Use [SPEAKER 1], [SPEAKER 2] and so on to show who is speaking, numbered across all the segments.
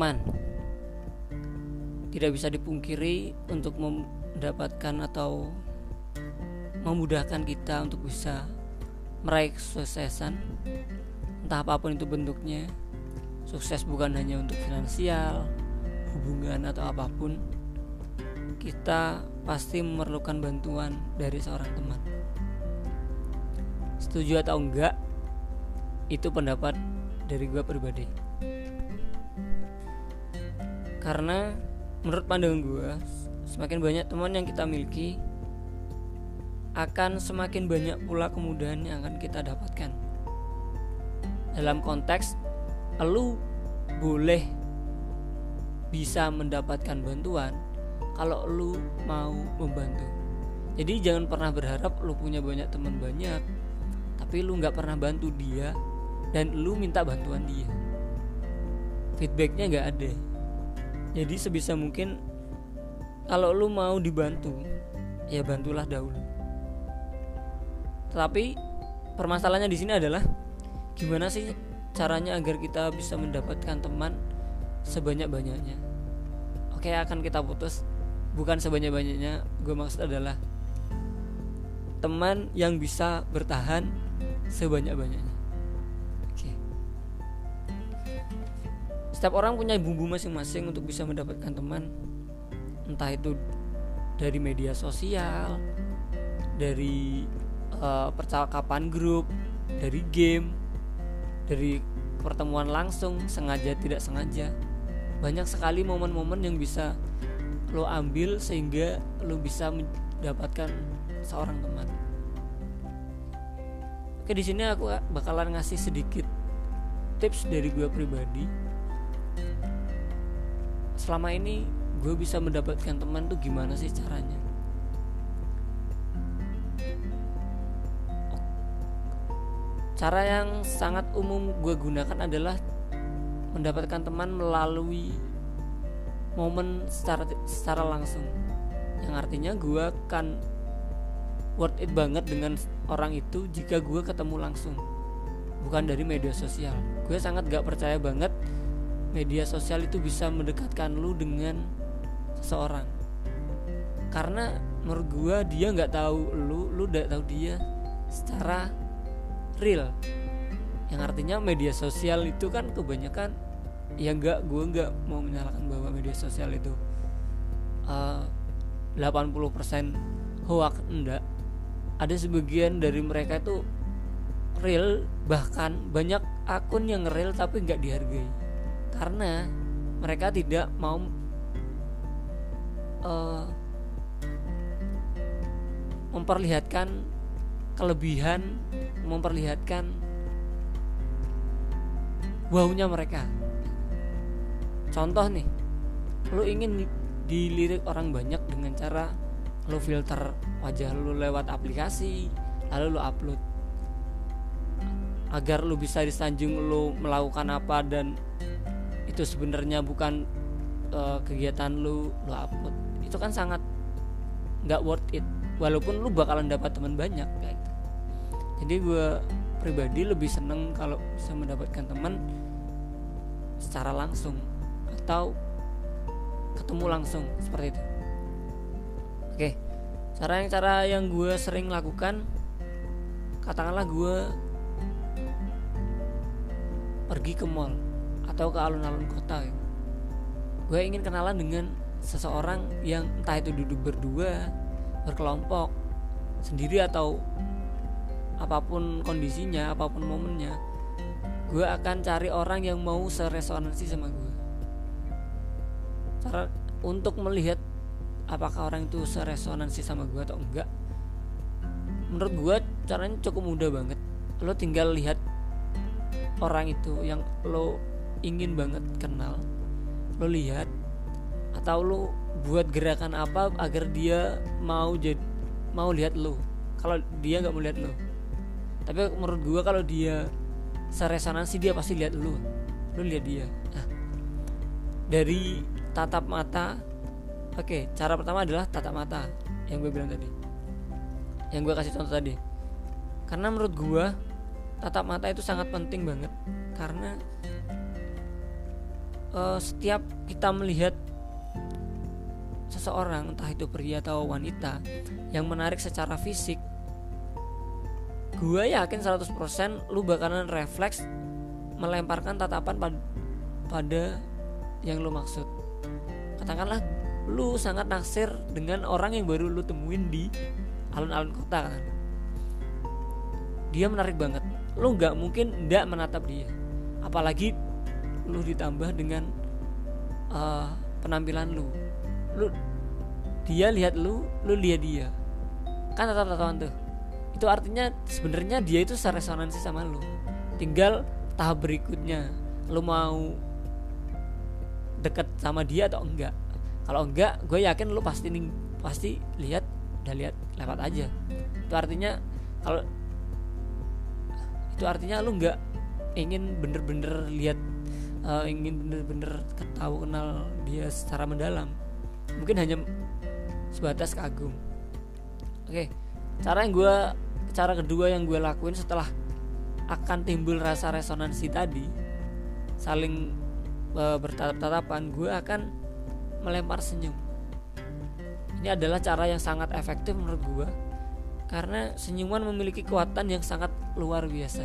[SPEAKER 1] teman. Tidak bisa dipungkiri untuk mendapatkan atau memudahkan kita untuk bisa meraih kesuksesan, entah apapun itu bentuknya. Sukses bukan hanya untuk finansial, hubungan atau apapun. Kita pasti memerlukan bantuan dari seorang teman. Setuju atau enggak, itu pendapat dari gue pribadi. Karena menurut pandangan gue, semakin banyak teman yang kita miliki, akan semakin banyak pula kemudahan yang akan kita dapatkan. Dalam konteks lu boleh bisa mendapatkan bantuan kalau lu mau membantu. Jadi jangan pernah berharap lu punya banyak teman banyak, tapi lu gak pernah bantu dia dan lu minta bantuan dia. Feedbacknya gak ada. Jadi sebisa mungkin kalau lu mau dibantu, ya bantulah dahulu. Tetapi permasalahannya di sini adalah gimana sih caranya agar kita bisa mendapatkan teman sebanyak-banyaknya. Oke, akan kita putus. Bukan sebanyak-banyaknya, gue maksud adalah teman yang bisa bertahan sebanyak-banyaknya. Oke. Setiap orang punya bumbu masing-masing untuk bisa mendapatkan teman. Entah itu dari media sosial, dari percakapan grup, dari game, dari pertemuan langsung, sengaja tidak sengaja. Banyak sekali momen-momen yang bisa lo ambil sehingga lo bisa mendapatkan seorang teman. Oke, di sini aku bakalan ngasih sedikit tips dari gue pribadi. Selama ini gue bisa mendapatkan teman tuh gimana sih caranya? Cara yang sangat umum gue gunakan adalah mendapatkan teman melalui momen secara langsung. Yang artinya gue akan worth it banget dengan orang itu jika gue ketemu langsung, bukan dari media sosial. Gue sangat gak percaya banget media sosial itu bisa mendekatkan lu dengan seseorang, karena menurut gue dia gak tahu lu gak tahu dia secara real. Yang artinya media sosial itu kan kebanyakan, ya gue nggak mau menyalahkan bahwa media sosial itu 80% hoax, enggak. Ada sebagian dari mereka itu real, bahkan banyak akun yang real tapi nggak dihargai karena mereka tidak mau memperlihatkan kelebihan, memperlihatkan wownya mereka. Contoh nih, lu ingin dilirik orang banyak dengan cara lu filter wajah lu lewat aplikasi, lalu lu upload agar lu bisa disanjung lu melakukan apa, dan itu sebenarnya bukan kegiatan lu upload. Itu kan sangat nggak worth it, walaupun lu bakalan dapat teman banyak kayak gitu. Jadi gue pribadi lebih seneng kalau bisa mendapatkan teman secara langsung atau ketemu langsung seperti itu. Oke, cara yang gue sering lakukan, katakanlah gue pergi ke mall atau ke alun-alun kota, gue ingin kenalan dengan seseorang yang entah itu duduk berdua, berkelompok, sendiri atau apapun kondisinya, apapun momennya. Gue akan cari orang yang mau seresonansi sama gue. Cara untuk melihat apakah orang itu seresonansi sama gue atau enggak, menurut gue caranya cukup mudah banget. Lo tinggal lihat orang itu yang lo ingin banget kenal, lo lihat, atau lo buat gerakan apa agar dia mau lihat lo. Kalau dia nggak mau lihat lo, tapi menurut gue kalau dia seresonansi, dia pasti lihat lo lihat dia. Nah, dari tatap mata. Oke, cara pertama adalah tatap mata yang gue bilang tadi, yang gue kasih contoh tadi. Karena menurut gue tatap mata itu sangat penting banget, karena setiap kita melihat seseorang, entah itu pria atau wanita, yang menarik secara fisik, gue yakin 100% lu bakalan refleks melemparkan tatapan pada yang lu maksud. Katakanlah lu sangat naksir dengan orang yang baru lu temuin di alun-alun kota kan. Dia menarik banget, lu gak mungkin gak menatap dia. Apalagi lu ditambah dengan penampilan lu. Dia lihat lu lihat dia, kan tatap-tatapan tuh. Itu artinya sebenarnya dia itu seresonansi sama lu. Tinggal tahap berikutnya, lu mau deket sama dia atau enggak. Kalau enggak, gue yakin lu pasti lihat lewat aja. Itu artinya lu enggak ingin bener-bener lihat, ingin bener-bener kenal dia secara mendalam. Mungkin hanya sebatas kagum. Oke, cara kedua yang gue lakuin setelah akan timbul rasa resonansi tadi, saling bertatap-tatapan, gue akan melempar senyum. Ini adalah cara yang sangat efektif menurut gue, karena senyuman memiliki kekuatan yang sangat luar biasa.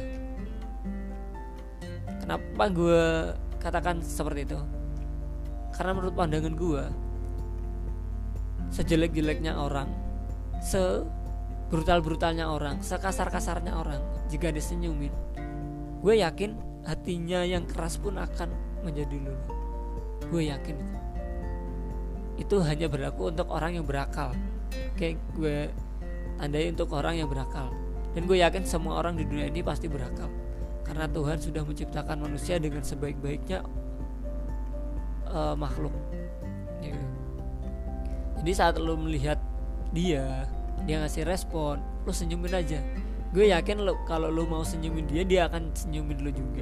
[SPEAKER 1] Kenapa gue katakan seperti itu? Karena menurut pandangan gue, sejelek-jeleknya orang, sebrutal-brutalnya orang, sekasar-kasarnya orang, jika disenyumin, gue yakin hatinya yang keras pun akan menjadi luluh. Gue yakin itu hanya berlaku untuk orang yang berakal. Oke, gue tandai untuk orang yang berakal. Dan gue yakin semua orang di dunia ini pasti berakal, karena Tuhan sudah menciptakan manusia dengan sebaik-baiknya makhluk. Jadi saat lu melihat dia ngasih respon, lu senyumin aja. Gue yakin kalau lu mau senyumin dia akan senyumin lu juga.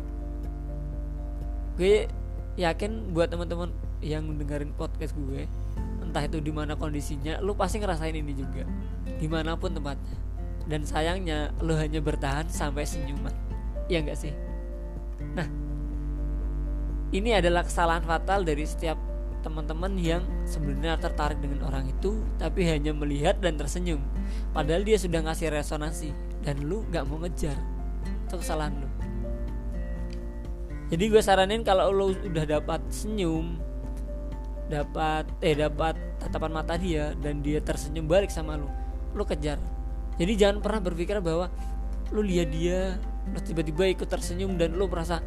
[SPEAKER 1] Gue yakin buat teman-teman yang mendengarin podcast gue, entah itu di mana kondisinya, lu pasti ngerasain ini juga, dimanapun tempatnya. Dan sayangnya lu hanya bertahan sampai senyuman, ya enggak sih? Nah, ini adalah kesalahan fatal dari setiap teman-teman yang sebenarnya tertarik dengan orang itu, tapi hanya melihat dan tersenyum, padahal dia sudah ngasih resonansi dan lu gak mau ngejar. Itu kesalahan lu. Jadi gue saranin kalau lu udah dapat senyum, dapat tatapan mata dia, dan dia tersenyum balik sama lu kejar. Jadi jangan pernah berpikir bahwa lu lihat dia, lu tiba-tiba ikut tersenyum dan lu merasa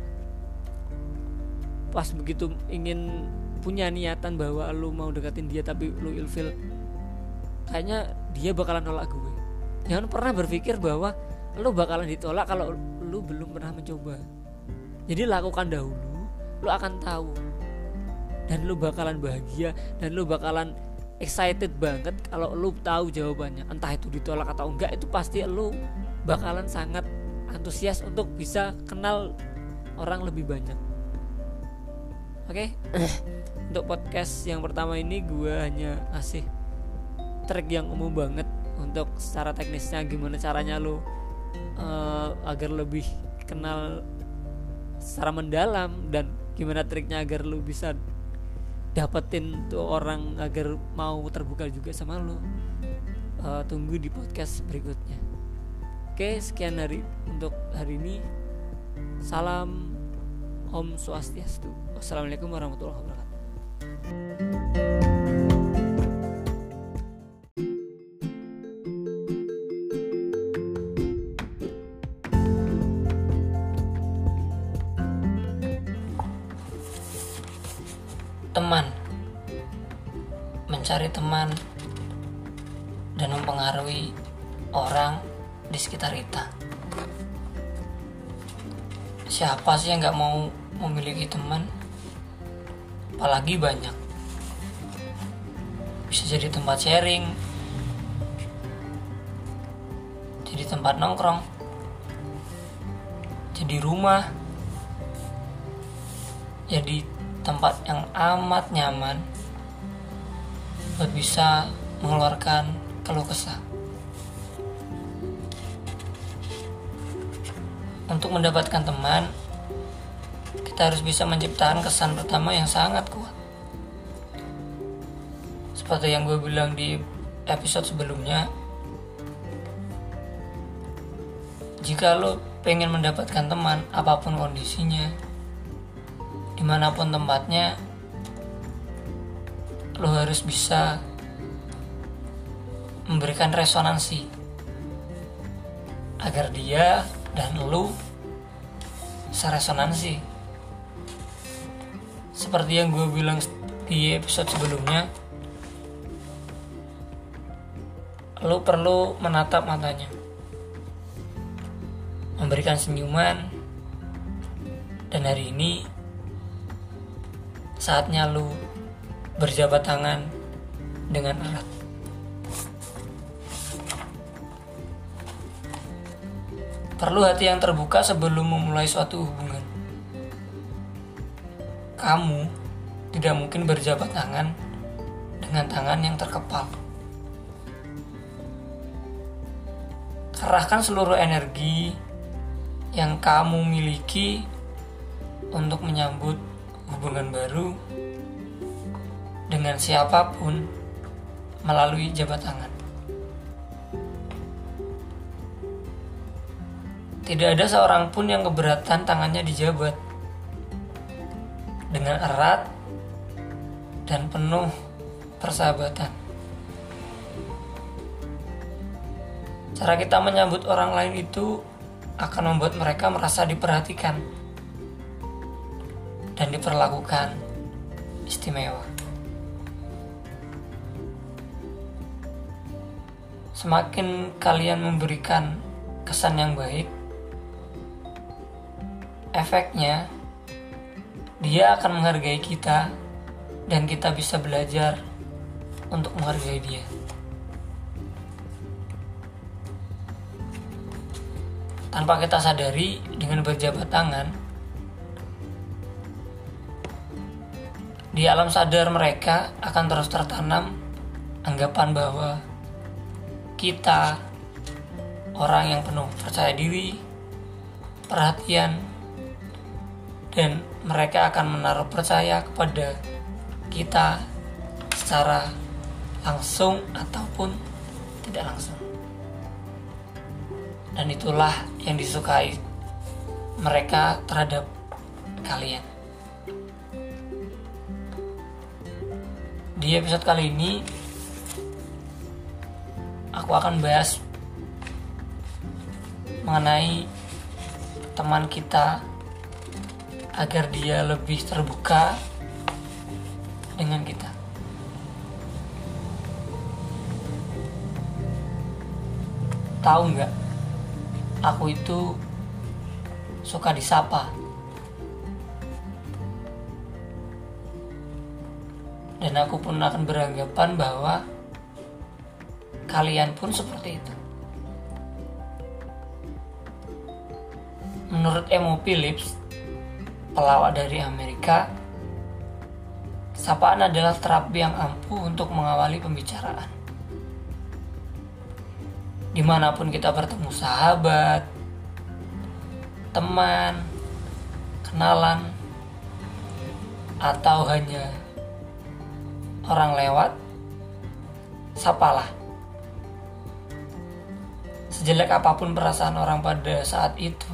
[SPEAKER 1] pas begitu ingin punya niatan bahwa lu mau deketin dia, tapi lu ilfil, kayaknya dia bakalan nolak gue. Jangan pernah berpikir bahwa lu bakalan ditolak kalau lu belum pernah mencoba. Jadi lakukan dahulu, lu akan tahu, dan lu bakalan bahagia, dan lu bakalan excited banget kalau lu tahu jawabannya. Entah itu ditolak atau enggak, itu pasti lu bakalan sangat antusias untuk bisa kenal orang lebih banyak. Oke. Untuk podcast yang pertama ini gue hanya ngasih trik yang umum banget untuk secara teknisnya gimana caranya lu agar lebih kenal secara mendalam, dan gimana triknya agar lu bisa dapetin tuh orang agar mau terbuka juga sama lu. Tunggu di podcast berikutnya. Oke, sekian untuk hari ini. Salam Om Swastiastu. Wassalamualaikum warahmatullahi wabarakatuh.
[SPEAKER 2] Teman, mencari teman dan mempengaruhi orang di sekitar kita. Siapa sih yang gak mau memiliki teman? Apalagi banyak. Bisa jadi tempat sharing, jadi tempat nongkrong, jadi rumah, jadi tempat yang amat nyaman buat bisa mengeluarkan keluh kesah. Untuk mendapatkan teman, kita harus bisa menciptakan kesan pertama yang sangat kuat. Seperti yang gue bilang di episode sebelumnya, jika lo pengen mendapatkan teman, apapun kondisinya, dimanapun tempatnya, lo harus bisa memberikan resonansi agar dia dan lo seresonansi. Seperti yang gue bilang di episode sebelumnya, lo perlu menatap matanya, memberikan senyuman, dan hari ini saatnya lo berjabat tangan dengan erat. Perlu hati yang terbuka sebelum memulai suatu hubungan. Kamu tidak mungkin berjabat tangan dengan tangan yang terkepal. Kerahkan seluruh energi yang kamu miliki untuk menyambut hubungan baru dengan siapapun melalui jabat tangan. Tidak ada seorang pun yang keberatan tangannya dijabat dengan erat dan penuh persahabatan. Cara kita menyambut orang lain itu akan membuat mereka merasa diperhatikan dan diperlakukan istimewa. Semakin kalian memberikan kesan yang baik, efeknya dia akan menghargai kita dan kita bisa belajar untuk menghargai dia. Tanpa kita sadari, dengan berjabat tangan, di alam sadar mereka akan terus tertanam anggapan bahwa kita orang yang penuh percaya diri, perhatian, dan mereka akan menaruh percaya kepada kita secara langsung ataupun tidak langsung. Dan itulah yang disukai mereka terhadap kalian. Di episode kali ini aku akan bahas mengenai teman kita agar dia lebih terbuka dengan kita. Tahu nggak? Aku itu suka disapa. Dan aku pun akan beranggapan bahwa kalian pun seperti itu. Menurut Emo Phillips, pelawak dari Amerika, sapaan adalah terapi yang ampuh untuk mengawali pembicaraan. Dimanapun kita bertemu sahabat, teman, kenalan, atau hanya orang lewat, sapalah. Sejelek apapun perasaan orang pada saat itu,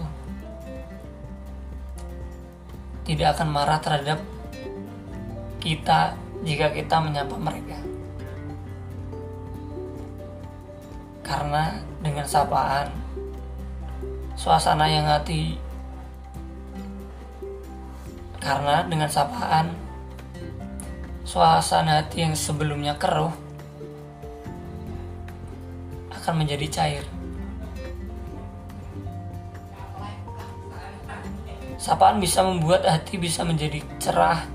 [SPEAKER 2] tidak akan marah terhadap kita jika kita menyapa mereka. Karena dengan sapaan, suasana yang hati. Karena dengan sapaan, suasana hati yang sebelumnya keruh akan menjadi cair. Sapaan bisa membuat hati bisa menjadi cerah.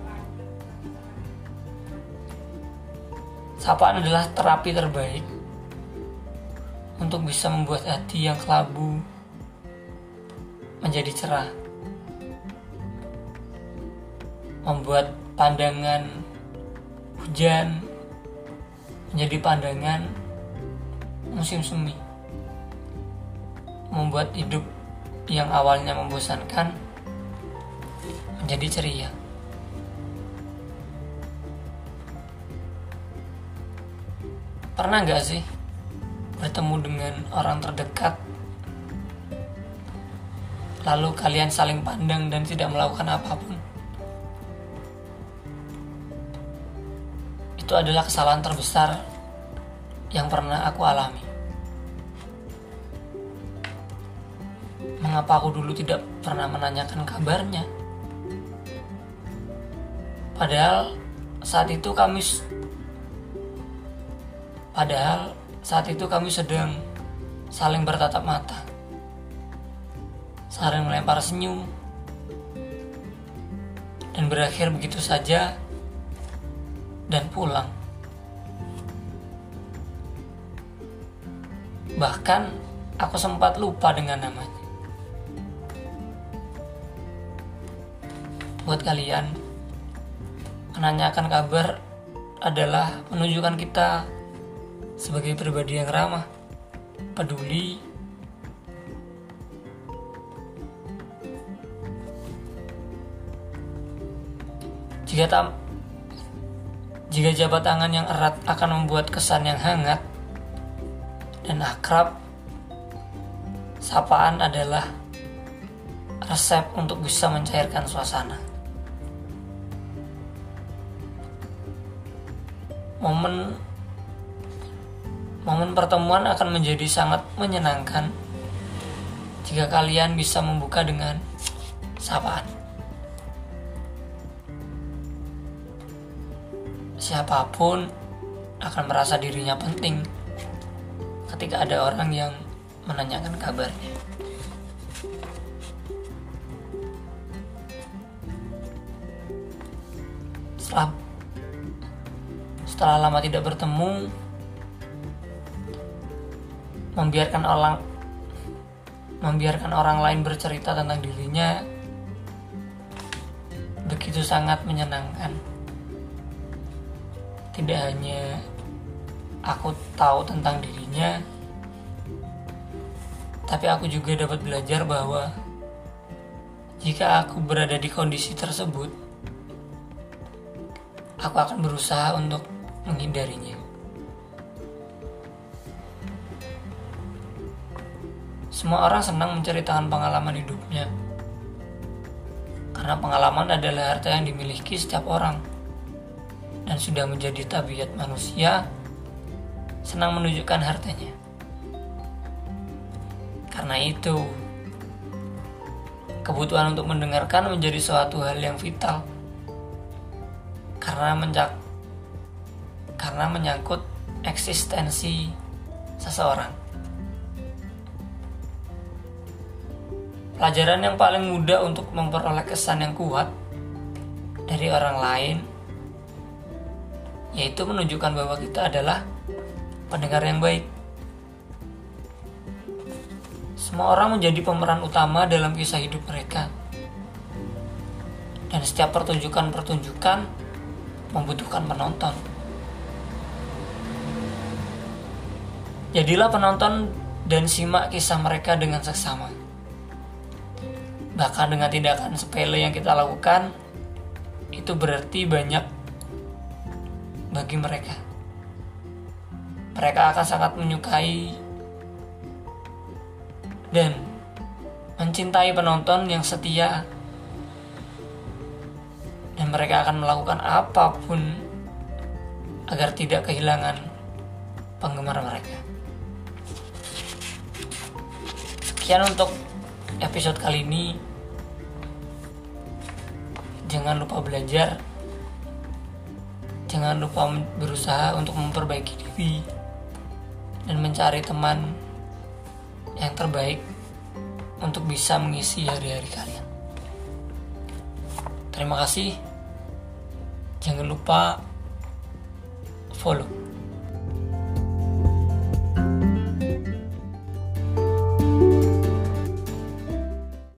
[SPEAKER 2] Sapaan adalah terapi terbaik untuk bisa membuat hati yang kelabu menjadi cerah. Membuat pandangan hujan menjadi pandangan musim semi. Membuat hidup yang awalnya membosankan menjadi ceria. Pernah gak sih bertemu dengan orang terdekat, lalu kalian saling pandang dan tidak melakukan apapun? Itu adalah kesalahan terbesar yang pernah aku alami. Mengapa aku dulu tidak pernah menanyakan kabarnya? Padahal saat itu kami sedang saling bertatap mata, saling melempar senyum, dan berakhir begitu saja dan pulang. Bahkan aku sempat lupa dengan namanya. Buat kalian, menanyakan kabar adalah menunjukkan kita sebagai pribadi yang ramah, peduli, jika jabat tangan yang erat akan membuat kesan yang hangat dan akrab, sapaan adalah resep untuk bisa mencairkan suasana. Momen pertemuan akan menjadi sangat menyenangkan jika kalian bisa membuka dengan sapaan. Siapapun akan merasa dirinya penting ketika ada orang yang menanyakan kabarnya. Setelah lama tidak bertemu, membiarkan orang lain bercerita tentang dirinya begitu sangat menyenangkan. Tidak hanya aku tahu tentang dirinya, tapi aku juga dapat belajar bahwa jika aku berada di kondisi tersebut, aku akan berusaha untuk menghindarinya. Semua orang senang menceritakan pengalaman hidupnya, karena pengalaman adalah harta yang dimiliki setiap orang, dan sudah menjadi tabiat manusia senang menunjukkan hartanya. Karena itu, kebutuhan untuk mendengarkan menjadi suatu hal yang vital, karena menyangkut eksistensi seseorang. Pelajaran yang paling mudah untuk memperoleh kesan yang kuat dari orang lain yaitu menunjukkan bahwa kita adalah pendengar yang baik. Semua orang menjadi pemeran utama dalam kisah hidup mereka, dan setiap pertunjukan membutuhkan penonton. Jadilah penonton dan simak kisah mereka dengan seksama. Bahkan dengan tindakan sepele yang kita lakukan, itu berarti banyak bagi mereka. Mereka akan sangat menyukai dan mencintai penonton yang setia, dan mereka akan melakukan apapun agar tidak kehilangan penggemar mereka. Sekian untuk episode kali ini. Jangan lupa belajar, jangan lupa berusaha untuk memperbaiki diri dan mencari teman yang terbaik untuk bisa mengisi hari-hari kalian. Terima kasih. Jangan lupa follow.